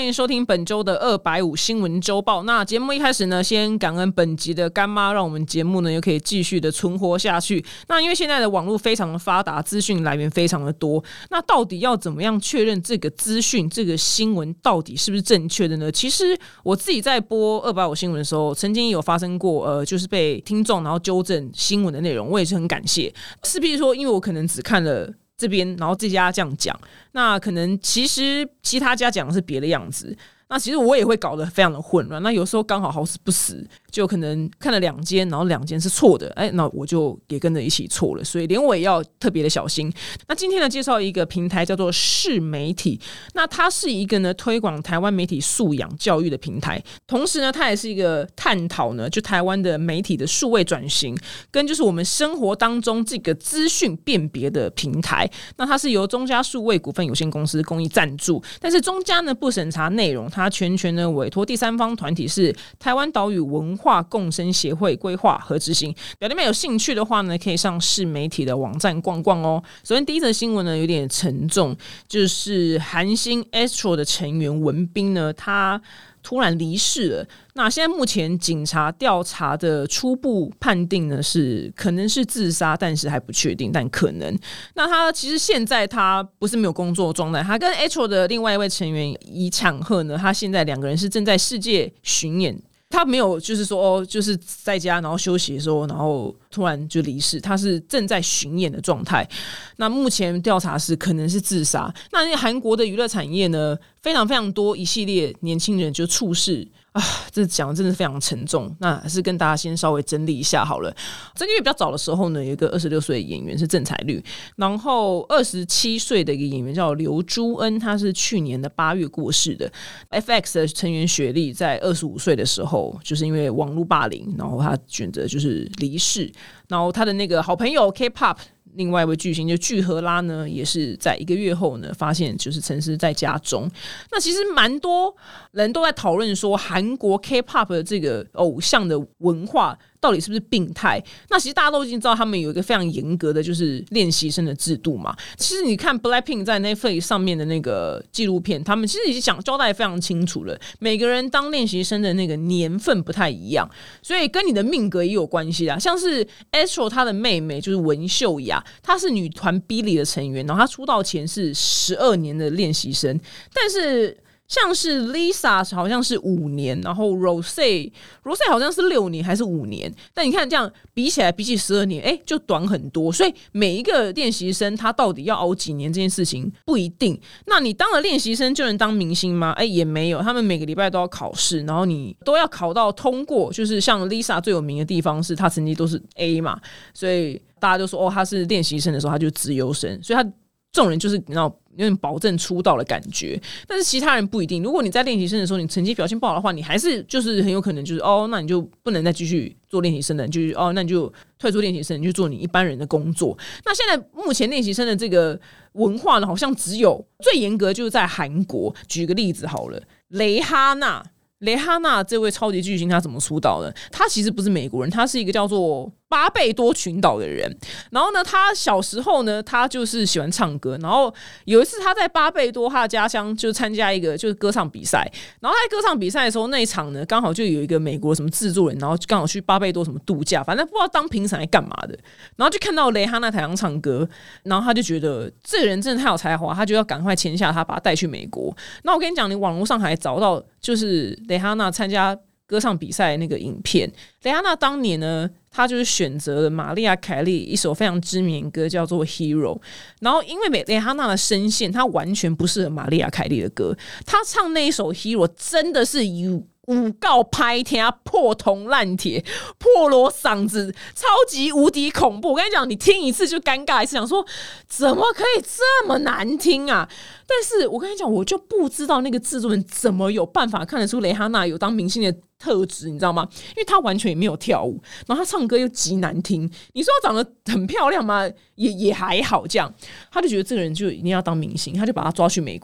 迎收听本周的250新闻周报。那节目一开始呢，先感恩本集的干妈，让我们节目呢又可以继续的存活下去。那因为现在的网络非常的发达，资讯来源非常的多，那到底要怎么样确认这个资讯、这个新闻到底是不是正确的呢？其实我自己在播250新闻的时候，曾经有发生过就是被听众然后纠正新闻的内容，我也是很感谢。是比如说，因为我可能只看了这边，然后这家这样讲，那可能其实其他家讲的是别的样子，那其实我也会搞得非常的混乱。那有时候刚好好死不死，就可能看了2间，然后2间是错的，那我就也跟着一起错了，所以连我也要特别的小心。那今天呢，介绍一个平台叫做视媒体，那它是一个呢推广台湾媒体素养教育的平台，同时呢，它也是一个探讨呢就台湾的媒体的数位转型，跟就是我们生活当中这个资讯辨别的平台。那它是由中嘉数位股份有限公司公益赞助，但是中嘉呢不审查内容，它全权呢委托第三方团体是台湾岛屿文化共生协会规划和执行。表弟妹有兴趣的话呢，可以上视媒体的网站逛逛哦。首先第一则新闻呢有点沉重，就是韩星 Astro 的成员文彬呢，他突然离世了。那现在目前警察调查的初步判定呢是可能是自杀，但是还不确定，但可能。那他其实现在他不是没有工作状态，他跟 Astro 的另外一位成员李抢赫呢，他现在2个人是正在世界巡演。他没有就是说就是在家然后休息的时候然后突然就离世，他是正在巡演的状态。那目前调查是可能是自杀。那韩国的娱乐产业呢，非常非常多一系列年轻人就猝逝啊，这讲的真的是非常沉重。那还是跟大家先稍微整理一下好了。这个月比较早的时候呢，有一个26岁的演员是郑彩律，然后27岁的一个演员叫刘朱恩，他是去年的8月过世的。FX 的成员雪莉在25岁的时候，就是因为网络霸凌，然后他选择就是离世。然后他的那个好朋友 K-pop。另外一位巨星就具荷拉呢，也是在1个月后呢，发现就是沉尸在家中。那其实蛮多人都在讨论说，韩国 K-pop 的这个偶像的文化到底是不是病态？那其实大家都已经知道，他们有一个非常严格的就是练习生的制度嘛。其实你看 Blackpink 在 Netflix 上面的那个纪录片，他们其实已经交代非常清楚了，每个人当练习生的那个年份不太一样，所以跟你的命格也有关系啦。像是 Astro 他的妹妹就是文秀雅，她是女团 Billy 的成员，然后她出道前是12年的练习生，但是像是 Lisa 好像是5年，然后 Rosé 好像是6年还是5年，但你看这样比起来，比起12年就短很多。所以每一个练习生他到底要熬几年这件事情不一定。那你当了练习生就能当明星吗？也没有，他们每个礼拜都要考试，然后你都要考到通过。就是像 Lisa 最有名的地方是她成绩都是 A 嘛，所以大家就说她是练习生的时候她就是资优生，所以她这种人就是你知道有点保证出道的感觉。但是其他人不一定，如果你在练习生的时候你成绩表现不好的话，你还是就是很有可能就是那你就不能再继续做练习生了，你就那你就退出练习生，你去做你一般人的工作。那现在目前练习生的这个文化呢，好像只有最严格就是在韩国。举个例子好了，蕾哈娜这位超级巨星他怎么出道的？他其实不是美国人，他是一个叫做巴贝多群岛的人。然后呢，他小时候呢，他就是喜欢唱歌。然后有一次他在巴贝多他的家乡就参加一个就是歌唱比赛。然后他在歌唱比赛的时候，那一场呢刚好就有一个美国什么制作人，然后刚好去巴贝多什么度假，反正不知道当评审来干嘛的。然后就看到蕾哈娜台上唱歌，然后他就觉得这个人真的太有才华，他就要赶快签下他，把他带去美国。那我跟你讲，你网络上还找到就是蕾哈娜参加歌唱比赛的那个影片。蕾哈娜当年呢，她就是选择了玛丽亚凯莉一首非常知名的歌叫做 Hero。 然后因为蕾哈娜的声线她完全不适合玛丽亚凯莉的歌，她唱那一首 Hero 真的是五告拍天破铜烂铁，破锣嗓子，超级无敌恐怖。我跟你讲，你听一次就尴尬一次，想说怎么可以这么难听啊？但是我跟你讲，我就不知道那个制作人怎么有办法看得出蕾哈娜有当明星的特质，你知道吗？因为她完全也没有跳舞，然后她唱歌又极难听。你说她长得很漂亮吗？也还好这样。他就觉得这个人就一定要当明星，他就把他抓去美国。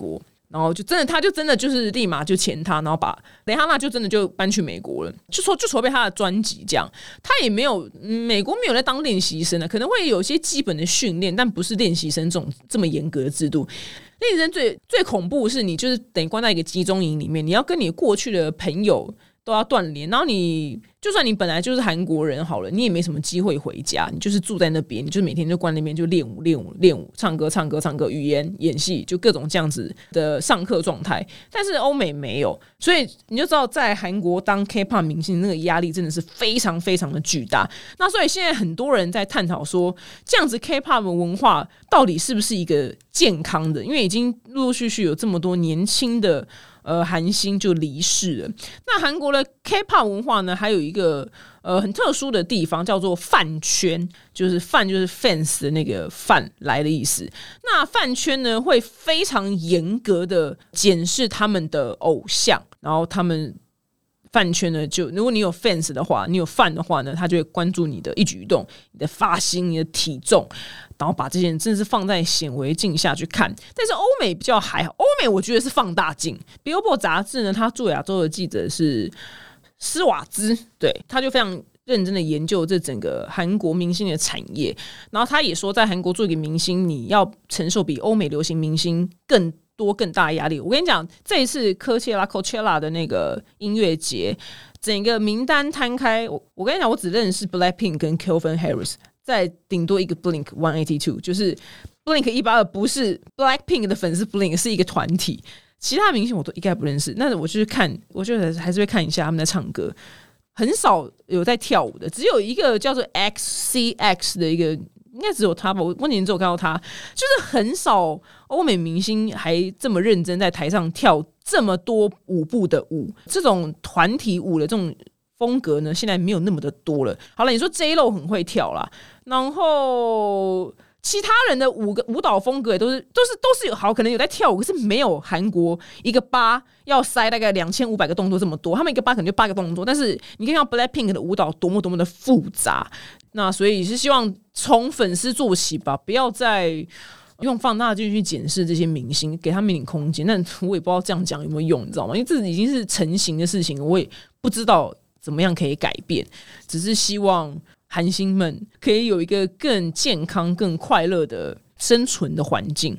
然后他就真的就是立马就签他，然后把蕾哈娜就真的就搬去美国了，就筹备他的专辑这样。他也没有美国没有在当练习生的，可能会有一些基本的训练，但不是练习生这么严格的制度。练习生最恐怖的是你就是等于关在一个集中营里面，你要跟你过去的朋友都要断联，然后就算你本来就是韩国人好了，你也没什么机会回家，你就是住在那边，你就每天就关那边就练舞，唱歌，语言演戏，就各种这样子的上课状态。但是欧美没有，所以你就知道在韩国当 K-pop 明星那个压力真的是非常非常的巨大。那所以现在很多人在探讨说，这样子 K-pop 文化到底是不是一个健康的？因为已经陆陆续续有这么多年轻的韩星就离世了。那韩国的 K-pop 文化呢，还有一个很特殊的地方叫做饭圈，就是饭就是 fans 的那个饭来的意思。那饭圈呢会非常严格的检视他们的偶像，然后他们饭圈呢，就如果你有 fans 的话，你有饭的话呢，他就会关注你的一举一动，你的发型，你的体重，然后把这些人真的是放在显微镜下去看。但是欧美比较还好，欧美我觉得是放大镜。Billboard 杂志呢，他做亚洲的记者是施瓦兹，对，他就非常认真的研究这整个韩国明星的产业。然后他也说，在韩国做一个明星，你要承受比欧美流行明星更大的压力。我跟你讲，这一次Coachella 的那个音乐节，整个名单摊开，我跟你讲，我只认识 Blackpink 跟 Calvin Harris， 再顶多一个 Blink 182，就是 Blink 182不是 Blackpink 的粉丝 ，Blink 是一个团体，其他明星我都一概不认识。那我就是看，我觉得还是会看一下他们在唱歌，很少有在跳舞的，只有一个叫做 XCX 的一个。应该只有他吧，我年只有看到他，就是很少欧美明星还这么认真在台上跳这么多舞步的舞，这种团体舞的这种风格呢，现在没有那么的多了。好了，你说 J-Lo 很会跳啦，然后其他人的舞蹈风格也都是有好，可能有在跳舞，可是没有韩国一个8要塞大概2500个动作这么多，他们一个8可能就8个动作，但是你可以看到 Blackpink 的舞蹈多么的复杂。那所以是希望从粉丝做起吧，不要再用放大镜去检视这些明星，给他们一点空间。但我也不知道这样讲有没有用，你知道吗？因为这已经是成型的事情，我也不知道怎么样可以改变，只是希望韩星们可以有一个更健康、更快乐的生存的环境。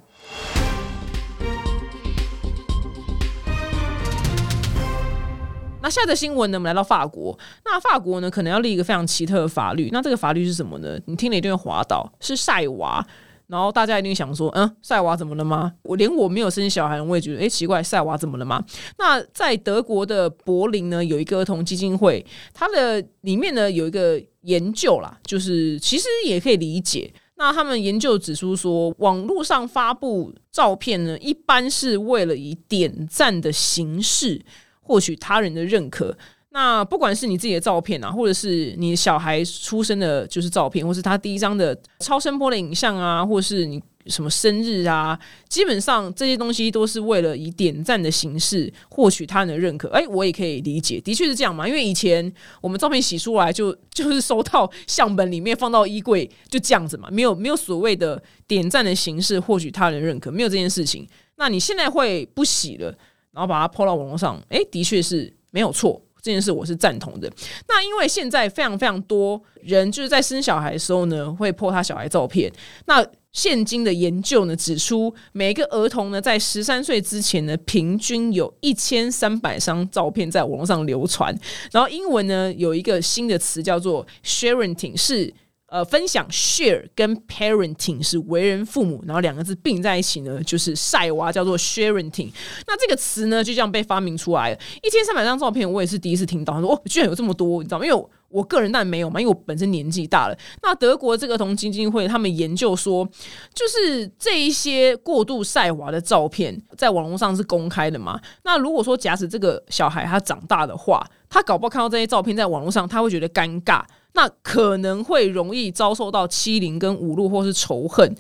那下一则新闻呢，我们来到法国。那法国呢，可能要立一个非常奇特的法律。那这个法律是什么呢？你听了一定会滑倒，是晒娃。然后大家一定想说，晒娃怎么了吗？我没有生小孩，我也觉得，奇怪，晒娃怎么了吗？那在德国的柏林呢，有一个儿童基金会，它的里面呢有一个研究啦，就是其实也可以理解。那他们研究指出说，网络上发布照片呢，一般是为了以点赞的形式获取他人的认可。那不管是你自己的照片啊，或者是你小孩出生的就是照片，或是他第一张的超声波的影像啊，或是你什么生日啊，基本上这些东西都是为了以点赞的形式获取他人的认可。我也可以理解，的确是这样嘛，因为以前我们照片洗出来就是收到相本里面放到衣柜，就这样子嘛，没有所谓的点赞的形式获取他人的认可，没有这件事情。那你现在会不洗了，然后把它 po 到网络上，的确是没有错。这件事我是赞同的。那因为现在非常非常多人就是在生小孩的时候呢，会 po 他小孩照片。那现今的研究呢指出，每个儿童呢在13岁之前呢，平均有1300张照片在网络上流传。然后英文呢有一个新的词叫做 sharenting， 是分享 share 跟 parenting 是为人父母，然后两个字并在一起呢，就是晒娃，叫做 sharenting。那这个词呢，就这样被发明出来了。1300张照片，我也是第一次听到，说居然有这么多，你知道吗？因为我个人当然没有嘛，因为我本身年纪大了。那德国这个儿童基金会他们研究说，就是这一些过度晒娃的照片在网络上是公开的嘛。那如果说假使这个小孩他长大的话，他搞不好看到这些照片在网络上，他会觉得尴尬，那可能会容易遭受到欺凌跟侮辱或是仇恨。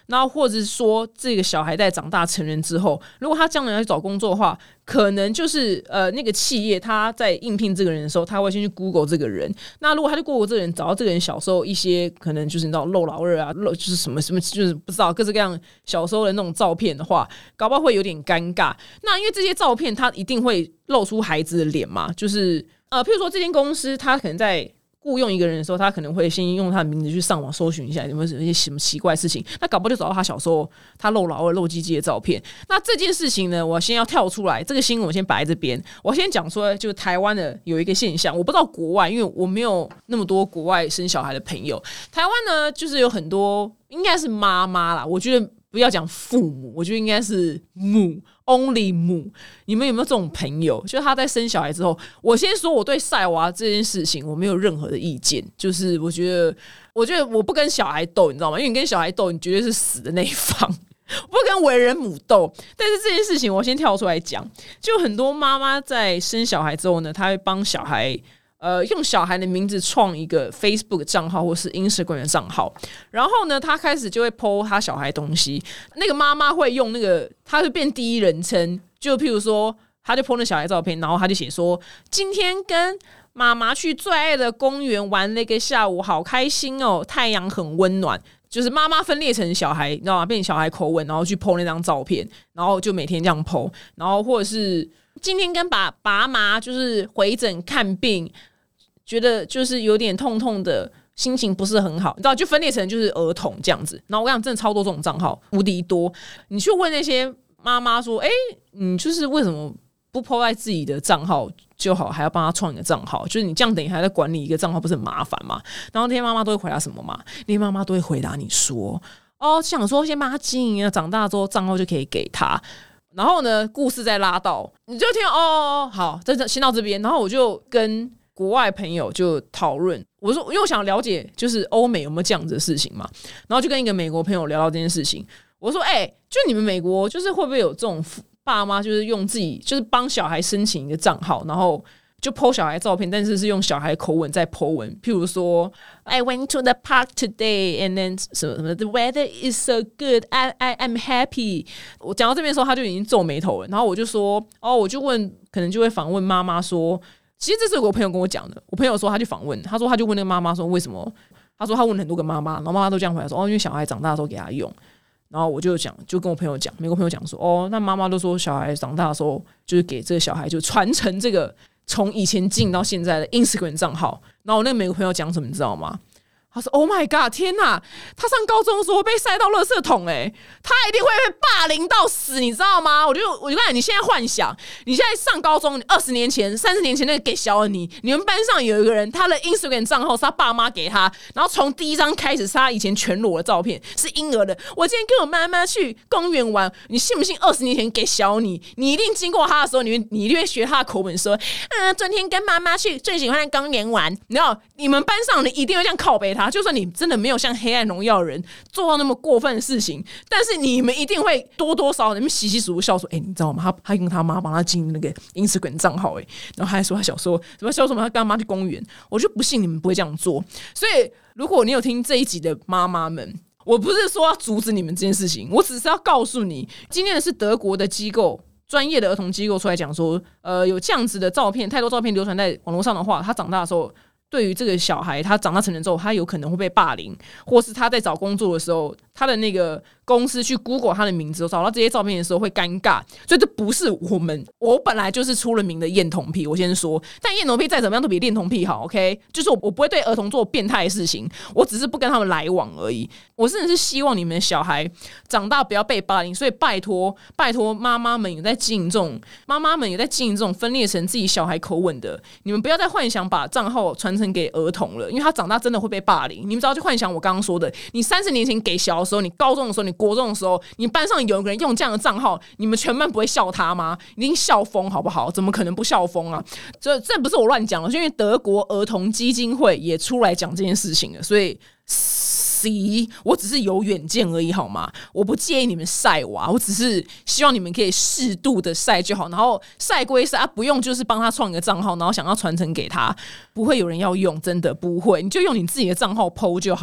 然后或者是说这个小孩在长大成人之后，如果他将来要去找工作的话，可能就是那个企业他在应聘这个人的时候，他会先去 Google 这个人。那如果他去 Google 这个人，找到这个人小时候一些可能就是你知道露老二啊，就是什么就是不知道各式各样小时候的那种照片的话，搞不好会有点尴尬。那因为这些照片他一定会露出孩子的脸嘛，就是譬如说这间公司他可能在雇佣一个人的时候，他可能会先用他的名字去上网搜寻一下有没有一些什么奇怪的事情，那搞不好就找到他小时候他露老二露鸡鸡的照片。那这件事情呢，我先要跳出来，这个新闻我先摆在这边，我先讲说就台湾的有一个现象，我不知道国外，因为我没有那么多国外生小孩的朋友。台湾呢就是有很多应该是妈妈啦，我觉得不要讲父母，我觉得应该是母 only 母。你们有没有这种朋友，就是他在生小孩之后，我先说我对晒娃这件事情我没有任何的意见，就是我觉得我不跟小孩斗，你知道吗？因为你跟小孩斗，你绝对是死的那一方，我不跟为人母斗。但是这件事情我先跳出来讲，就很多妈妈在生小孩之后呢，她会帮小孩用小孩的名字创一个 Facebook 账号或是 Instagram 的账号，然后呢，他开始就会 po 他小孩东西。那个妈妈会用那个，他会变第一人称，就譬如说，他就 po 那小孩照片，然后他就写说：“今天跟妈妈去最爱的公园玩了一个下午，好开心哦，太阳很温暖。”就是妈妈分裂成小孩，你知道吗？变成小孩口吻，然后去 po 那张照片，然后就每天这样 po， 然后或者是今天跟爸妈就是回诊看病。觉得就是有点痛痛的，心情不是很好，你知道，就分裂成就是儿童这样子。然后我想真的超多这种账号，无敌多。你去问那些妈妈说：“你就是为什么不 po 在自己的账号就好，还要帮他创一个账号？就是你这样等于还在管理一个账号，不是很麻烦吗？”然后那些妈妈都会回答什么嘛？那些妈妈都会回答你说：“想说先帮他经营，长大之后账号就可以给他。”然后呢，故事再拉到，你就听好，先到这边。然后我就跟国外朋友就讨论，我说因为我想了解就是欧美有没有这样子的事情嘛，然后就跟一个美国朋友聊到这件事情。我说就你们美国就是会不会有这种爸妈就是用自己就是帮小孩申请一个账号，然后就 po 小孩照片，但是用小孩口吻在 po 文，譬如说 I went to the park today and then 什么 the weather is so good I'm happy。 我讲到这边的时候他就已经皱眉头了，然后我就说我就问，可能就会访问妈妈说，其实这是我朋友跟我讲的。我朋友说他去访问，他说他就问那个妈妈说为什么，他说他问了很多个妈妈，然后妈妈都这样回答说因为小孩长大的时候给他用。然后我就跟我朋友讲，美国朋友讲说那妈妈都说小孩长大的时候就是给这个小孩就传承这个从以前经营到现在的 Instagram 账号。然后我那个美国朋友讲什么你知道吗？他说 Oh my god 天哪，他上高中的时候被塞到垃圾桶他一定会被霸凌到死，你知道吗？我就看你现在幻想，你现在上高中20年前30年前那个给小的你们班上有一个人他的 Instagram 账号是他爸妈给他，然后从第一张开始是他以前全裸的照片，是婴儿的。我今天跟我妈妈去公园玩，你信不信20年前给小你一定经过他的时候，你一定会学他的口吻说昨天跟妈妈去最喜欢的公园玩。你知道你们班上你一定会这样靠北他，就算你真的没有像黑暗荣耀的人做到那么过分的事情，但是你们一定会多多少少你们稀稀疏疏笑说你知道吗，他用他妈帮他经营那个 Instagram 账号然后他还说他小时候笑什么他跟他妈去公园。我就不信你们不会这样做。所以如果你有听这一集的妈妈们，我不是说要阻止你们这件事情，我只是要告诉你，今天的是德国的机构，专业的儿童机构出来讲说有这样子的照片，太多照片流传在网络上的话，他长大的时候对于这个小孩他长大成人之后，他有可能会被霸凌，或是他在找工作的时候，他的那个公司去 Google 他的名字找到这些照片的时候会尴尬。所以这不是我本来就是出了名的恋童癖，我先说，但恋童癖再怎么样都比恋童癖好 OK， 就是我不会对儿童做变态的事情，我只是不跟他们来往而已。我真的是希望你们的小孩长大不要被霸凌，所以拜托妈妈们有在经营这种分裂成自己小孩口吻的，你们不要再幻想把账号传承给儿童了，因为他长大真的会被霸凌。你们只要去幻想我刚刚说的，你30年前给小的时候，你高中的时候，你国中的时候，你班上有一个人用这样的账号，你们全班不会笑他吗？一定笑疯好不好？怎么可能不笑疯啊？这不是我乱讲的，是因为德国儿童基金会也出来讲这件事情了，所以我只是有远见而已好吗？我不介意你们晒娃，我只是希望你们可以适度的晒就好，然后晒归晒不用就是帮他创一个账号，然后想要传承给他，不会有人要用，真的不会，你就用你自己的账号 po 就好了。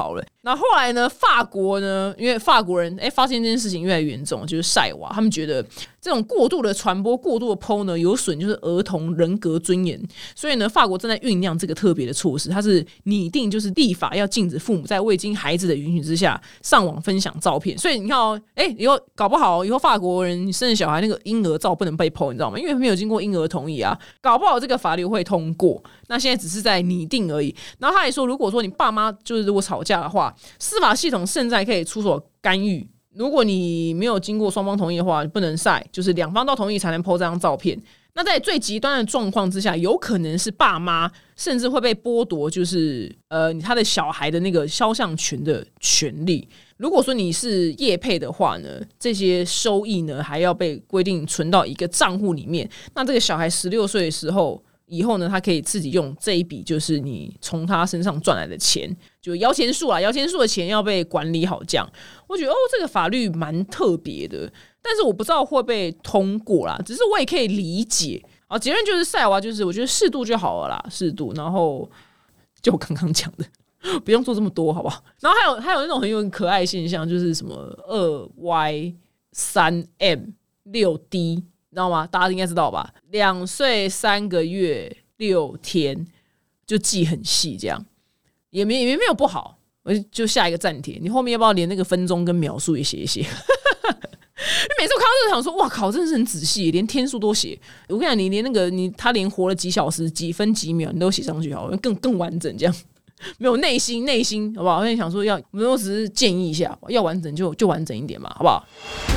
然后后来呢，法国呢，因为法国人发现这件事情越来越严重，就是晒娃，他们觉得这种过度的传播、过度的 PO 呢，有损就是儿童人格尊严，所以呢，法国正在酝酿这个特别的措施，它是拟定就是立法要禁止父母在未经孩子的允许之下上网分享照片。所以你看哦，以后搞不好以后法国人生的小孩那个婴儿照不能被 PO， 你知道吗？因为没有经过婴儿同意啊，搞不好这个法律会通过。那现在只是在拟定而已。然后他也说，如果说你爸妈就是如果吵架的话，司法系统现在可以出手干预。如果你没有经过双方同意的话，不能晒，就是两方都同意才能 po 这张照片。那在最极端的状况之下，有可能是爸妈甚至会被剥夺，就是他的小孩的那个肖像权的权利。如果说你是业配的话呢，这些收益呢还要被规定存到一个账户里面。那这个小孩16岁的时候。以后呢，他可以自己用这一笔，就是你从他身上赚来的钱，就摇钱树啦，摇钱树的钱要被管理好。这样，我觉得这个法律蛮特别的，但是我不知道会被通过啦。只是我也可以理解。好，结论就是晒娃，就是我觉得适度就好了啦，适度。然后就我刚刚讲的，不用做这么多，好不好？然后还有那种很有可爱的现象，就是什么2Y 3M 6D。知道吗？大家应该知道吧？2岁3个月6天，就记很细，这样也没有不好。我就下一个暂帖，你后面要不要连那个分钟跟秒数也写一写？因为每次我看到这个想说，哇靠，真的是很仔细，连天数都写。我跟你讲，你连那个他连活了几小时、几分几秒，你都写上去，好，更完整，这样没有内心，好不好？我想说我只是建议一下，要完整就完整一点嘛，好不好？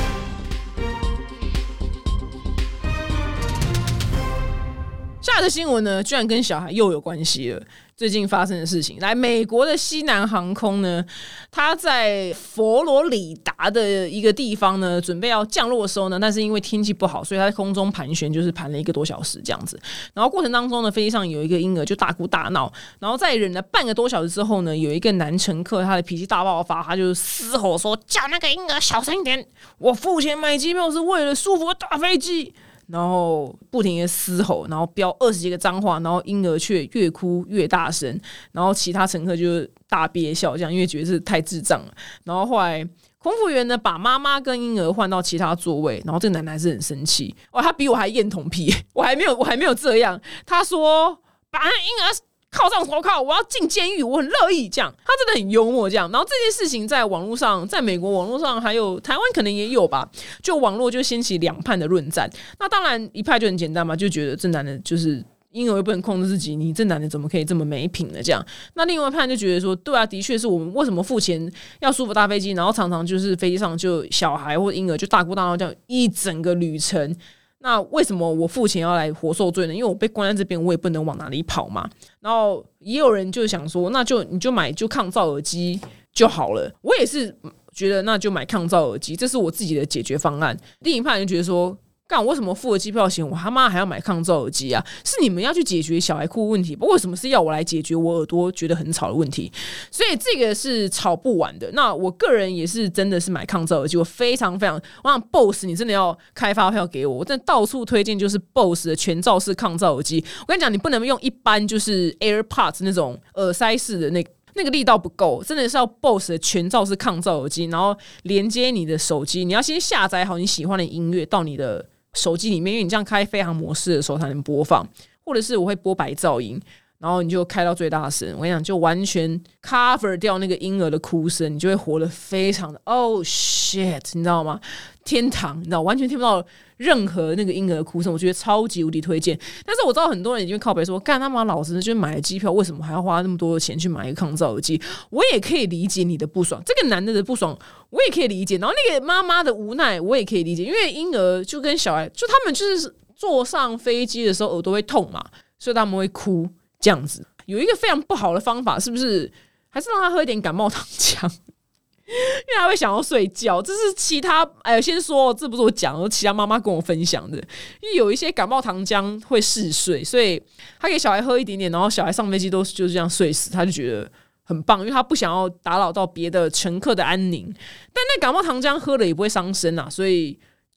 下的新闻呢，居然跟小孩又有关系了。最近发生的事情，来，美国的西南航空呢，它在佛罗里达的一个地方呢，准备要降落的时候呢，但是因为天气不好，所以它在空中盘旋，就是盘了1个多小时这样子。然后过程当中呢，飞机上有一个婴儿就大哭大闹，然后在忍了半个多小时之后呢，有一个男乘客他的脾气大爆发，他就嘶吼说：“叫那个婴儿小声一点，我付钱买机票是为了舒服的大飞机。”然后不停的嘶吼，然后飙20几个脏话，然后婴儿却越哭越大声，然后其他乘客就大憋笑，这样因为觉得是太智障了。然后后来空服员呢把妈妈跟婴儿换到其他座位，然后这个男的还是很生气，哇，他比我还厌童癖，我还没有这样。他说把那婴儿铐上手铐，我要进监狱，我很乐意这样。他真的很幽默这样。然后这件事情在网络上，在美国网络上还有台湾可能也有吧，就网络就掀起两派的论战。那当然一派就很简单嘛，就觉得这男的就是婴儿又不能控制自己，你这男的怎么可以这么没品呢？这样。那另外一派就觉得说，对啊，的确是我们为什么付钱要舒服搭飞机，然后常常就是飞机上就小孩或婴儿就大哭大闹这样一整个旅程。那为什么我付钱要来活受罪呢？因为我被关在这边，我也不能往哪里跑嘛。然后也有人就想说，那就你就买就抗噪耳机就好了。我也是觉得那就买抗噪耳机，这是我自己的解决方案。另一派人就觉得说，干，为什么付了机票钱，我他妈还要买抗噪耳机啊？是你们要去解决小孩哭问题，为什么是要我来解决我耳朵觉得很吵的问题？所以这个是吵不完的。那我个人也是真的是买抗噪耳机，我非常，我想 BOSS 你真的要开发票给我，我真的到处推荐就是 BOSS 的全罩式抗噪耳机。我跟你讲，你不能用一般就是 AirPods 那种耳塞式的那个力道不够，真的是要 BOSS 的全罩式抗噪耳机，然后连接你的手机，你要先下载好你喜欢的音乐到你的手机里面，因为你这样开飞行模式的时候才能播放，或者是我会播白噪音，然后你就开到最大声，我跟你讲，就完全 cover 掉那个婴儿的哭声，你就会活得非常的 oh shit， 你知道吗？天堂，你知道，完全听不到任何那个婴儿的哭声，我觉得超级无敌推荐。但是我知道很多人已经靠北说，干他妈老实，就买了机票，为什么还要花那么多的钱去买一个抗噪耳机？我也可以理解你的不爽，这个男的不爽我也可以理解，然后那个妈妈的无奈我也可以理解，因为婴儿就跟小孩，就他们就是坐上飞机的时候耳朵会痛嘛，所以他们会哭这样子。有一个非常不好的方法，是不是还是让他喝一点感冒糖浆？因为他会想要睡觉，这是其他先说这不是我讲的，其他妈妈跟我分享的。因为有一些感冒糖浆会嗜睡，所以他给小孩喝一点点，然后小孩上飞机就是这样睡死，他就觉得很棒，因为他不想要打扰到别的乘客的安宁。但那感冒糖浆喝了也不会伤身啊，所以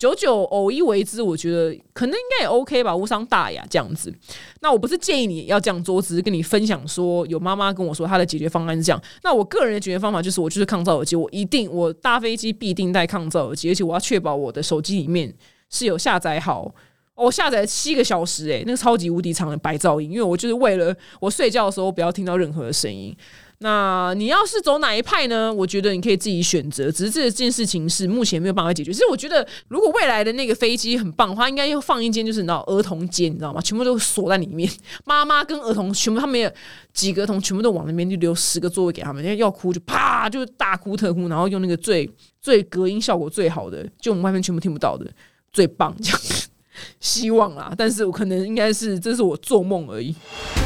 久久偶一为之，我觉得可能应该也 OK 吧，无伤大雅这样子。那我不是建议你要这样做，只是跟你分享说，有妈妈跟我说她的解决方案是这样。那我个人的解决方法就是，我就是抗噪耳机，我搭飞机必定带抗噪耳机，而且我要确保我的手机里面是有下载好。我下载了7个小时那个超级无敌长的白噪音，因为我就是为了我睡觉的时候不要听到任何的声音。那你要是走哪一派呢？我觉得你可以自己选择，只是这件事情是目前没有办法解决。其实我觉得，如果未来的那个飞机很棒的话，应该要放一间就是你知道儿童间，你知道吗？全部都锁在里面，妈妈跟儿童全部，他们有几个儿童全部都往那边就留10个座位给他们，要哭就啪就大哭特哭，然后用那个最隔音效果最好的，就我们外面全部听不到的，最棒这样。希望啦，但是我可能应该是这是我做梦而已。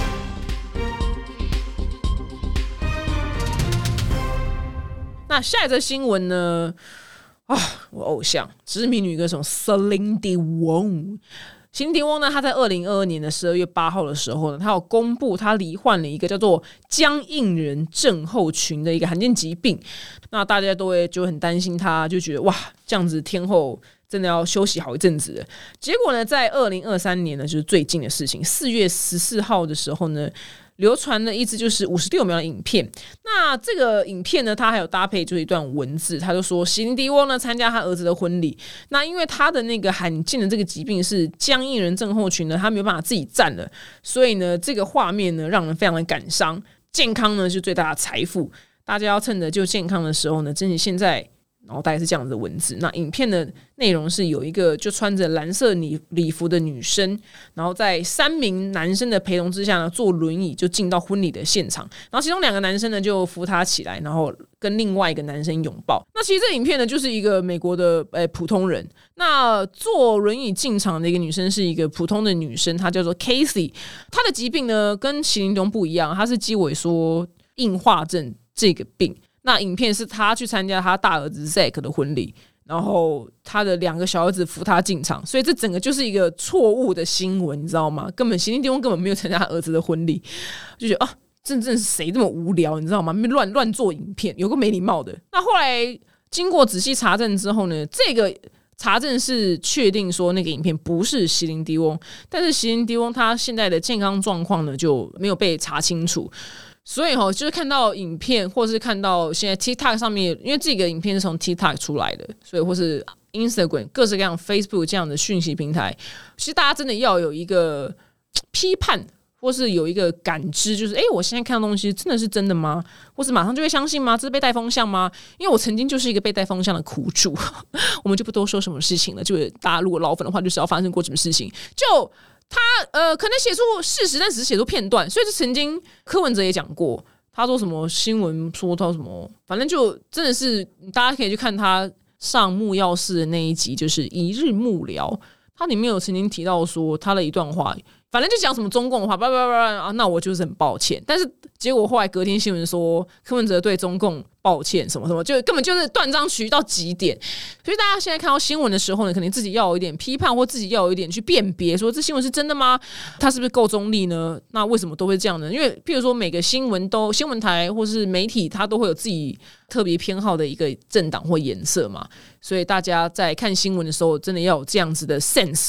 那下一则新闻呢？我偶像知名女歌手 Celine Dion。辛迪翁呢，他在2022年的12月8号的时候呢，他有公布他罹患了一个叫做僵硬人症候群的一个罕见疾病。那大家都会就很担心他，就觉得哇，这样子天后真的要休息好一阵子了。结果呢，在2023年呢，就是最近的事情，4月14号的时候呢，流传了一支就是56秒的影片。那这个影片呢，它还有搭配就是一段文字，他就说辛迪翁呢参加他儿子的婚礼。那因为他的那个罕见的这个疾病是僵硬人症候群呢，他没有办法自己站了，所以呢，这个画面呢让人非常的感伤。健康呢是最大的财富，大家要趁着就健康的时候呢，珍惜现在。然后大概是这样子的文字。那影片的内容是有一个就穿着蓝色礼服的女生，然后在3名男生的陪同之下呢，坐轮椅就进到婚礼的现场。然后其中2个男生呢就扶她起来，然后跟另外一个男生拥抱。那其实这影片呢就是一个美国的普通人。那坐轮椅进场的一个女生是一个普通的女生，她叫做 Casey。她的疾病呢跟麒麟龙不一样，她是肌萎缩硬化症这个病。那影片是他去参加他大儿子 Zack 的婚礼，然后他的2个小儿子扶他进场，所以这整个就是一个错误的新闻，你知道吗？根本辛迪翁根本没有参加他儿子的婚礼，就觉得真是谁这么无聊，你知道吗？乱做影片，有个没礼貌的。那后来经过仔细查证之后呢，这个查证是确定说那个影片不是席琳迪翁，但是席琳迪翁他现在的健康状况呢就没有被查清楚。所以就是看到影片，或是看到现在 TikTok 上面，因为这个影片是从 TikTok 出来的，所以或是 Instagram 各式各样 Facebook 这样的讯息平台，其实大家真的要有一个批判，或是有一个感知，就是我现在看到东西真的是真的吗？或是马上就会相信吗？这是被带风向吗？因为我曾经就是一个被带风向的苦主，我们就不多说什么事情了。就是大家如果老粉的话，就知道发生过什么事情。就他可能写出事实，但只是写出片段，所以就曾经柯文哲也讲过，他说什么新闻说到什么，反正就真的是大家可以去看他上木曜4的那一集，就是一日幕僚，他里面有曾经提到说他的一段话，反正就讲什么中共的话，那我就是很抱歉。但是结果后来隔天新闻说柯文哲对中共抱歉什么什么，就根本就是断章取义到极点。所以大家现在看到新闻的时候呢，肯定自己要有一点批判，或自己要有一点去辨别，说这新闻是真的吗？它是不是够中立呢？那为什么都会这样呢？因为譬如说每个新闻台或是媒体，它都会有自己特别偏好的一个政党或颜色嘛，所以大家在看新闻的时候，真的要有这样子的 sense。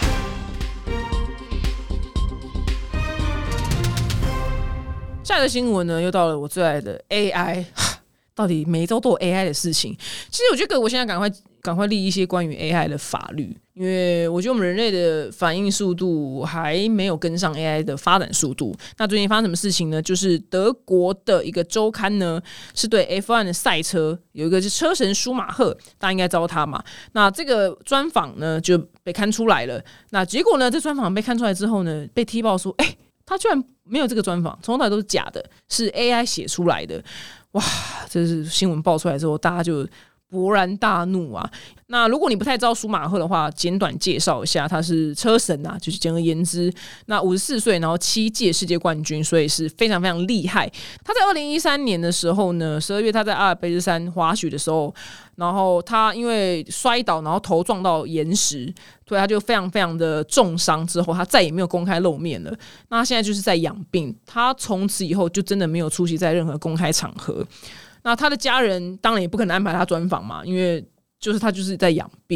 下一个新闻呢，又到了我最爱的 AI， 到底每一周都有 AI 的事情。其实我觉得我现在赶快立一些关于 AI 的法律，因为我觉得我们人类的反应速度还没有跟上 AI 的发展速度。那最近发生什么事情呢？就是德国的一个周刊呢，是对 F1 的赛车有一个是车神舒马赫，大家应该知道他嘛。那这个专访呢就被刊出来了。那结果呢，这专访被刊出来之后呢，被踢爆说，他居然没有这个专访，从头到尾都是假的，是 AI 写出来的。哇，这是新闻爆出来之后，大家就勃然大怒啊！那如果你不太知道舒马赫的话，简短介绍一下，他是车神啊，就是简而言之，那54岁，然后7届世界冠军，所以是非常非常厉害。他在2013年的时候呢，12月他在阿尔卑斯山滑雪的时候，然后他因为摔倒，然后头撞到岩石，所以他就非常非常的重伤，之后他再也没有公开露面了。那他现在就是在养病，他从此以后就真的没有出席在任何公开场合。那他的家人当然也不可能安排他专访嘛，因为就是他就是在养病，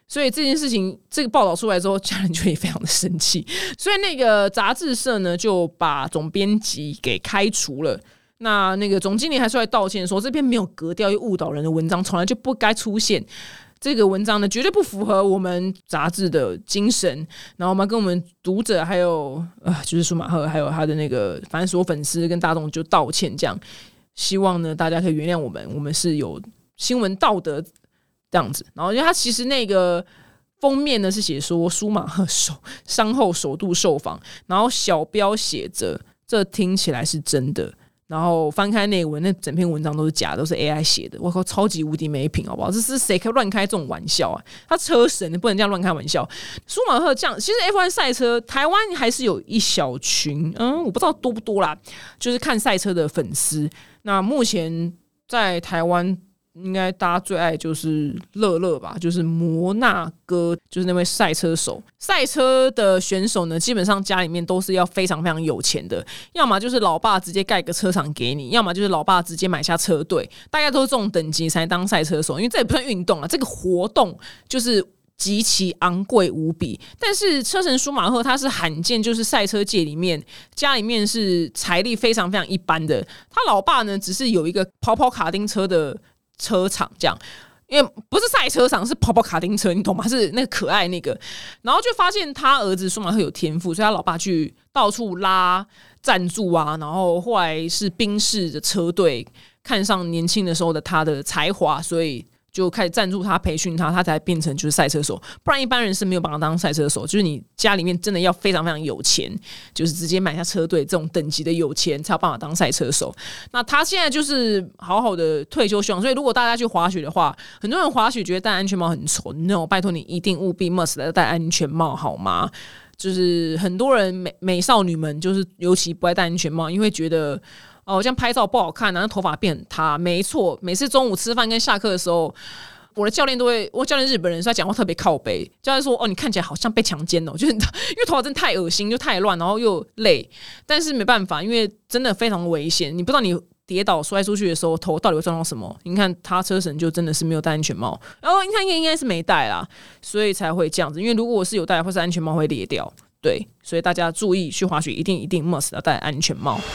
所以这件事情这个报道出来之后，家人就也非常的生气，所以那个杂志社呢就把总编辑给开除了。那个总经理还出来道歉说，这篇没有格调又误导人的文章从来就不该出现，这个文章呢绝对不符合我们杂志的精神，然后我们跟我们读者还有就是舒马赫还有他的那个反正所有粉丝跟大众就道歉，这样希望呢大家可以原谅我们，我们是有新闻道德这样子。然后因为他其实那个封面呢是写说舒马赫伤后首度受访，然后小标写着这听起来是真的，然后翻开内文，那整篇文章都是假的，都是 AI 写的。我靠，超级无敌没品，好不好？这是谁可以乱开这种玩笑啊？他车神，你不能这样乱开玩笑。舒马赫这样，其实 F1 赛车台湾还是有一小群，我不知道多不多啦，就是看赛车的粉丝。那目前在台湾，应该大家最爱就是乐乐吧，就是摩纳哥，就是那位赛车手。赛车的选手呢，基本上家里面都是要非常非常有钱的，要么就是老爸直接盖个车厂给你，要么就是老爸直接买下车队，大概都是这种等级才当赛车手。因为这也不算运动啊，这个活动就是极其昂贵无比。但是车神舒马赫他是罕见，就是赛车界里面家里面是财力非常非常一般的。他老爸呢，只是有一个跑跑卡丁车的车厂这样，因为不是赛车场，是跑跑卡丁车，你懂吗？是那个可爱那个。然后就发现他儿子舒马赫有天赋，所以他老爸去到处拉赞助啊，然后后来是宾士的车队看上年轻的时候的他的才华，所以就开始赞助他培训他，他才变成就是赛车手。不然一般人是没有办法当赛车手，就是你家里面真的要非常非常有钱，就是直接买下车队这种等级的有钱才有办法当赛车手。那他现在就是好好的退休希望，所以如果大家去滑雪的话，很多人滑雪觉得戴安全帽很丑，no， 拜托你一定务必 must 来戴安全帽好吗？就是很多人美少女们就是尤其不爱戴安全帽，因为觉得这样拍照不好看，然后头发变很塌。没错，每次中午吃饭跟下课的时候，我的教练都会，我教练日本人，所以他讲话特别靠北。教练说：“你看起来好像被强奸哦，就是因为头发真的太恶心，就太乱，然后又累。但是没办法，因为真的非常危险，你不知道你跌倒摔出去的时候，头到底会撞到什么。你看他车神就真的是没有戴安全帽，然后你看应该是没戴啦，所以才会这样子。因为如果我是有戴，或是安全帽会裂掉。对，所以大家注意去滑雪，一定 must 要戴安全帽。”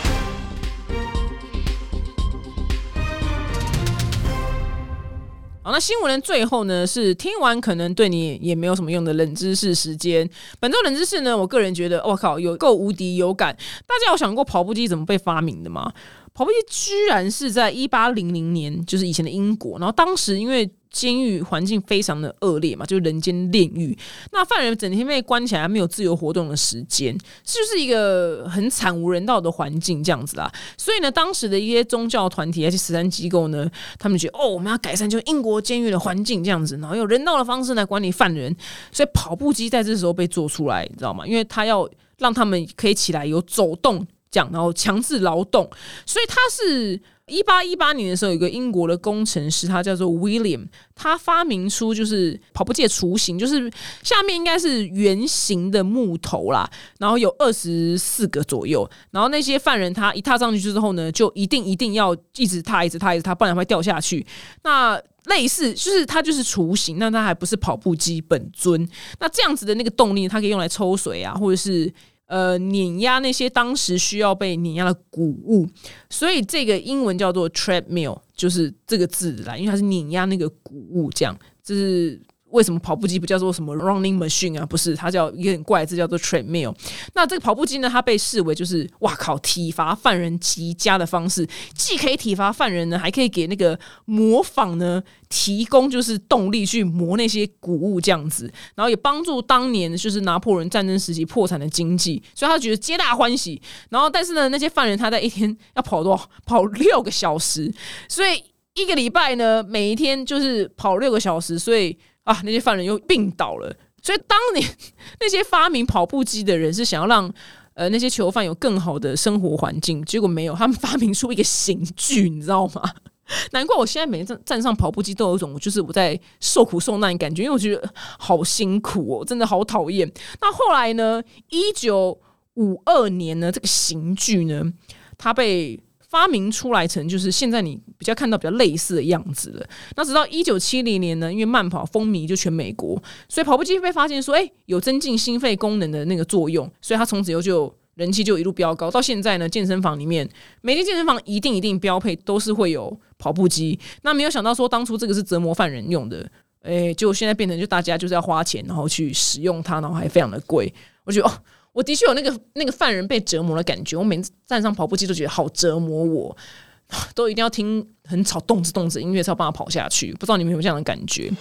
好，那新闻的最后呢，是听完可能对你也没有什么用的冷知识时间。本周冷知识呢，我个人觉得，我靠，有够无敌有感。大家有想过跑步机怎么被发明的吗？跑步机居然是在1800年，就是以前的英国。然后当时因为监狱环境非常的恶劣嘛，就是人间炼狱。那犯人整天被关起来，没有自由活动的时间，这就是一个很惨无人道的环境这样子啦。所以呢，当时的一些宗教团体而且慈善机构呢，他们觉得我们要改善就英国监狱的环境这样子，然后用人道的方式来管理犯人。所以跑步机在这时候被做出来，你知道吗？因为他要让他们可以起来有走动。这样，然后强制劳动，所以他是1818年的时候，有一个英国的工程师，他叫做 William， 他发明出就是跑步机的雏形，就是下面应该是圆形的木头啦，然后有24个左右，然后那些犯人他一踏上去之后呢，就一定要一直踏，不然会掉下去。那类似就是它就是雏形，那它还不是跑步机本尊。那这样子的那个动力，它可以用来抽水啊，或者是碾压那些当时需要被碾压的谷物，所以这个英文叫做 treadmill， 就是这个字来，因为它是碾压那个谷物，这样这是为什么跑步机不叫做什么 running machine 啊？不是，它叫一个很怪的字叫做 treadmill。那这个跑步机呢，它被视为就是哇靠，体罚犯人极佳的方式，既可以体罚犯人呢，还可以给那个模仿呢提供就是动力去磨那些谷物这样子，然后也帮助当年就是拿破仑战争时期破产的经济，所以他觉得皆大欢喜。然后但是呢，那些犯人他在一天要跑多少？跑6个小时，所以一个礼拜呢，每一天就是跑6个小时，所以那些犯人又病倒了。所以当年那些发明跑步机的人是想要让那些囚犯有更好的生活环境，结果没有，他们发明出一个刑具，你知道吗？难怪我现在每次站上跑步机都有一种就是我在受苦受难的感觉，因为我觉得好辛苦哦，真的好讨厌。那后来呢，1952年呢，这个刑具呢，它被发明出来成就是现在你比较看到比较类似的样子了。那直到1970年呢，因为慢跑风靡就全美国，所以跑步机被发现说有增进心肺功能的那个作用，所以它从此以后就人气就一路飙高。到现在呢，健身房里面每间健身房一定标配都是会有跑步机。那没有想到说当初这个是折磨犯人用的，结果现在变成就大家就是要花钱然后去使用它，然后还非常的贵。我觉得我的确有那个犯人被折磨的感觉。我每次站上跑步机都觉得好折磨我，都一定要听很吵动子音乐才有办法跑下去。不知道你们有没有这样的感觉？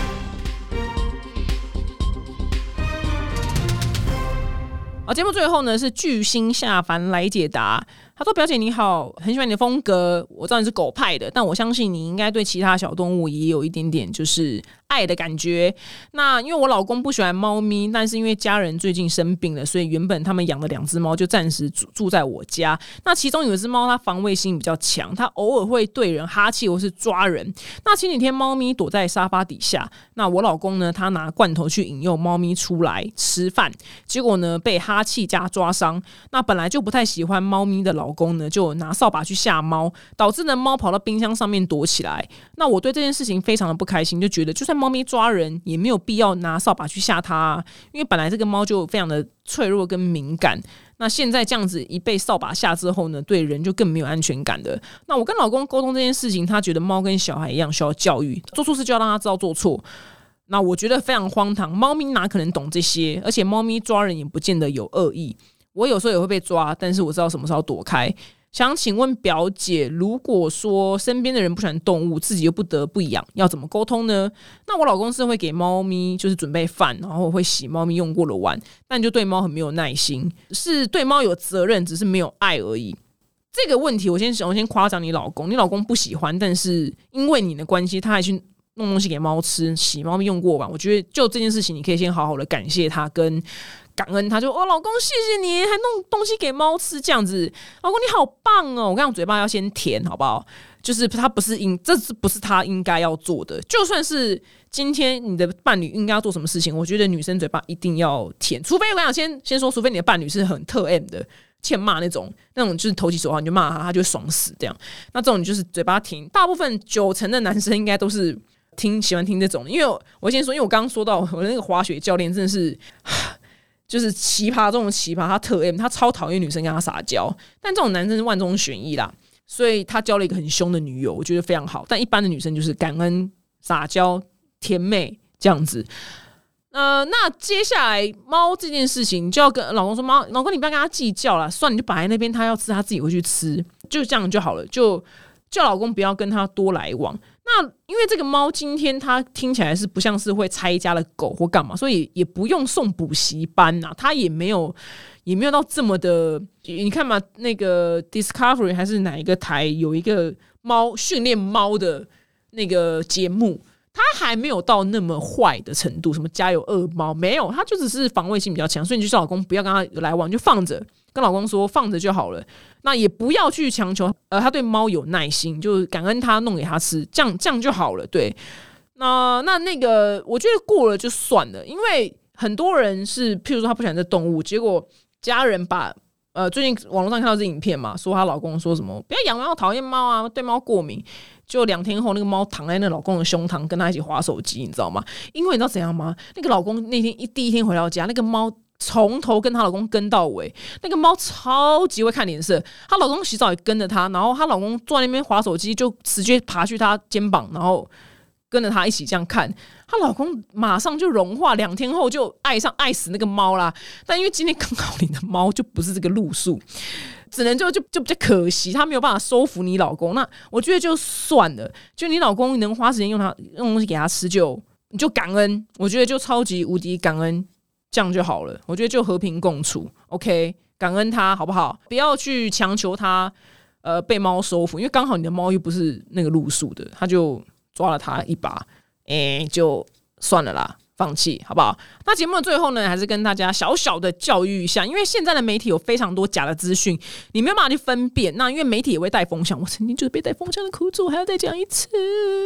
好，节目最后呢是巨星下凡来解答。他说：“表姐你好，很喜欢你的风格，我知道你是狗派的，但我相信你应该对其他小动物也有一点点就是爱的感觉。那因为我老公不喜欢猫咪，但是因为家人最近生病了，所以原本他们养的2只猫就暂时住在我家。那其中有一只猫它防卫心比较强，它偶尔会对人哈气或是抓人。那前几天猫咪躲在沙发底下，那我老公呢，他拿罐头去引诱猫咪出来吃饭，结果呢被哈气加抓伤。那本来就不太喜欢猫咪的老公呢，就拿扫把去吓猫，导致呢猫跑到冰箱上面躲起来。那我对这件事情非常的不开心，就觉得就算猫咪抓人也没有必要拿扫把去吓它因为本来这个猫就非常的脆弱跟敏感。那现在这样子一被扫把吓之后呢，对人就更没有安全感的。那我跟老公沟通这件事情，他觉得猫跟小孩一样需要教育，做错事就要让他知道做错。那我觉得非常荒唐，猫咪哪可能懂这些？而且猫咪抓人也不见得有恶意。我有时候也会被抓，但是我知道什么时候躲开。想请问表姐，如果说身边的人不喜欢动物，自己又不得不养，要怎么沟通呢？那我老公是会给猫咪就是准备饭，然后会洗猫咪用过的碗，但就对猫很没有耐心，是对猫有责任，只是没有爱而已。这个问题我先夸奖你老公，你老公不喜欢，但是因为你的关系，他还去弄东西给猫吃，洗猫咪用过碗。我觉得就这件事情，你可以先好好的感谢他跟感恩他，就老公谢谢你，还弄东西给猫吃这样子，老公你好棒哦！我跟你讲，嘴巴要先甜，好不好？就是他这不是他应该要做的。就算是今天你的伴侣应该要做什么事情，我觉得女生嘴巴一定要甜，除非我跟你讲，先说，除非你的伴侣是很特 M 的。欠骂那种就是投其所好，你就骂他，他就会爽死这样。那这种就是嘴巴甜，大部分90%的男生应该都是喜欢听这种的。因为我先说，因为我刚刚说到我的那个滑雪教练真的是就是奇葩中的奇葩，他特 M， 他超讨厌女生跟他撒娇，但这种男生是万中选一啦，所以他交了一个很凶的女友，我觉得非常好。但一般的女生就是感恩、撒娇、甜美这样子。那接下来猫这件事情，就要跟老公说，老公你不要跟他计较啦，算了，你就摆在那边，他要吃他自己回去吃，就这样就好了，就叫老公不要跟他多来往。那因为这个猫今天它听起来是不像是会拆家的狗或干嘛，所以也不用送补习班啊，它也没有到这么的。你看嘛，那个 Discovery 还是哪一个台有一个猫训练猫的那个节目，它还没有到那么坏的程度，什么家有恶猫没有，它就只是防卫性比较强，所以你就叫老公不要跟他来往，就放着，跟老公说放着就好了。那也不要去强求，他对猫有耐心，就感恩他弄给他吃，这样就好了。对，那个，我觉得过了就算了，因为很多人是，譬如说他不喜欢这动物，结果家人把最近网络上看到这影片嘛，说她老公说什么不要养猫，讨厌猫啊，对猫过敏。就2天后，那个猫躺在那老公的胸膛，跟他一起滑手机，你知道吗？因为你知道怎样吗？那个老公那天第一天回到家，那个猫从头跟她老公跟到尾，那个猫超级会看脸色。她老公洗澡也跟着她，然后她老公坐在那边滑手机，就直接爬去她肩膀，然后跟着她一起这样看。她老公马上就融化，2天后就爱死那个猫啦。但因为今天刚好你的猫就不是这个路数。只能就比较可惜，他没有办法收服你老公。那我觉得就算了，就你老公能花时间用东西给他吃，你就感恩。我觉得就超级无敌感恩，这样就好了。我觉得就和平共处 ，OK， 感恩他好不好？不要去强求他被猫收服，因为刚好你的猫又不是那个路数的，他就抓了他一把，就算了啦。放弃好不好？那节目的最后呢，还是跟大家小小的教育一下，因为现在的媒体有非常多假的资讯，你没有办法去分辨。那因为媒体也会带风向，我曾经就是被带风向的苦主，还要再讲一次，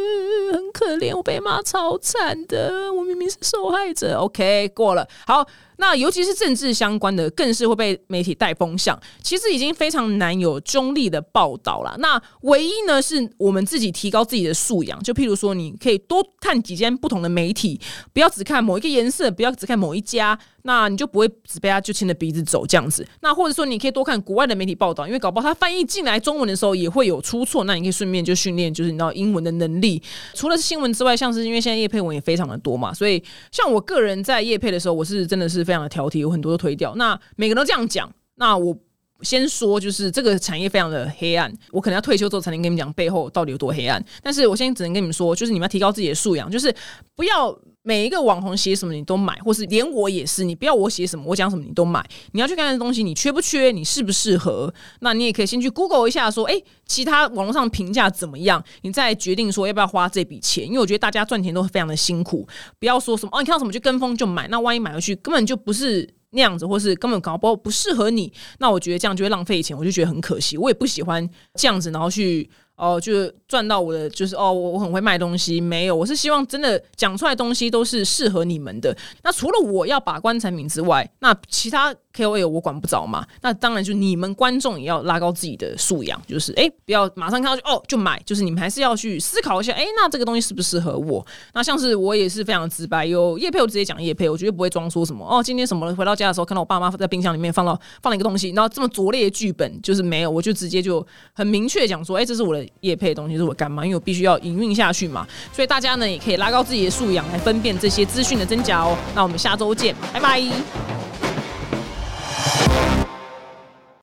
很可怜，我被骂超惨的，我明明是受害者。OK， 过了，好。 那尤其是政治相关的，更是会被媒体带风向。其实已经非常难有中立的报道了。那唯一呢，是我们自己提高自己的素养。就譬如说，你可以多看几间不同的媒体，不要只看某一个颜色，不要只看某一家，那你就不会只被他就牵着鼻子走这样子。那或者说，你可以多看国外的媒体报道，因为搞不好他翻译进来中文的时候也会有出错，那你可以顺便就训练，就是你知道英文的能力。除了新闻之外，像是因为现在业配文也非常的多嘛，所以像我个人在业配的时候，我是真的是非常的挑剔，有很多都推掉。那每个人都这样讲，那我先说，就是这个产业非常的黑暗，我可能要退休之后才能跟你们讲背后到底有多黑暗。但是我现在只能跟你们说，就是你们要提高自己的素养，就是不要每一个网红写什么你都买，或是连我也是，你不要我写什么我讲什么你都买。你要去看这东西，你缺不缺，你适不适合，那你也可以先去 Google 一下说其他网络上评价怎么样，你再决定说要不要花这笔钱。因为我觉得大家赚钱都非常的辛苦，不要说什么你看到什么就跟风就买，那万一买回去根本就不是那样子，或是根本搞不好不适合你，那我觉得这样就会浪费钱，我就觉得很可惜。我也不喜欢这样子，然后去就是赚到我的，就是我很会卖东西，没有，我是希望真的讲出来的东西都是适合你们的。那除了我要把关产品之外，那其他 KOL 我管不着嘛，那当然就你们观众也要拉高自己的素养，就是不要马上看到就买，就是你们还是要去思考一下，那这个东西适不适合我。那像是我也是非常直白，有业配我直接讲业配，我绝对不会装说什么今天什么回到家的时候看到我爸妈在冰箱里面放了一个东西，然后这么拙劣的剧本就是没有，我就直接就很明确讲说这是我的业配的东西，是我干嘛，因为我必须要营运下去嘛。所以大家呢也可以拉高自己的素养来分辨这些资讯的真假哦。那我们下周见，拜拜。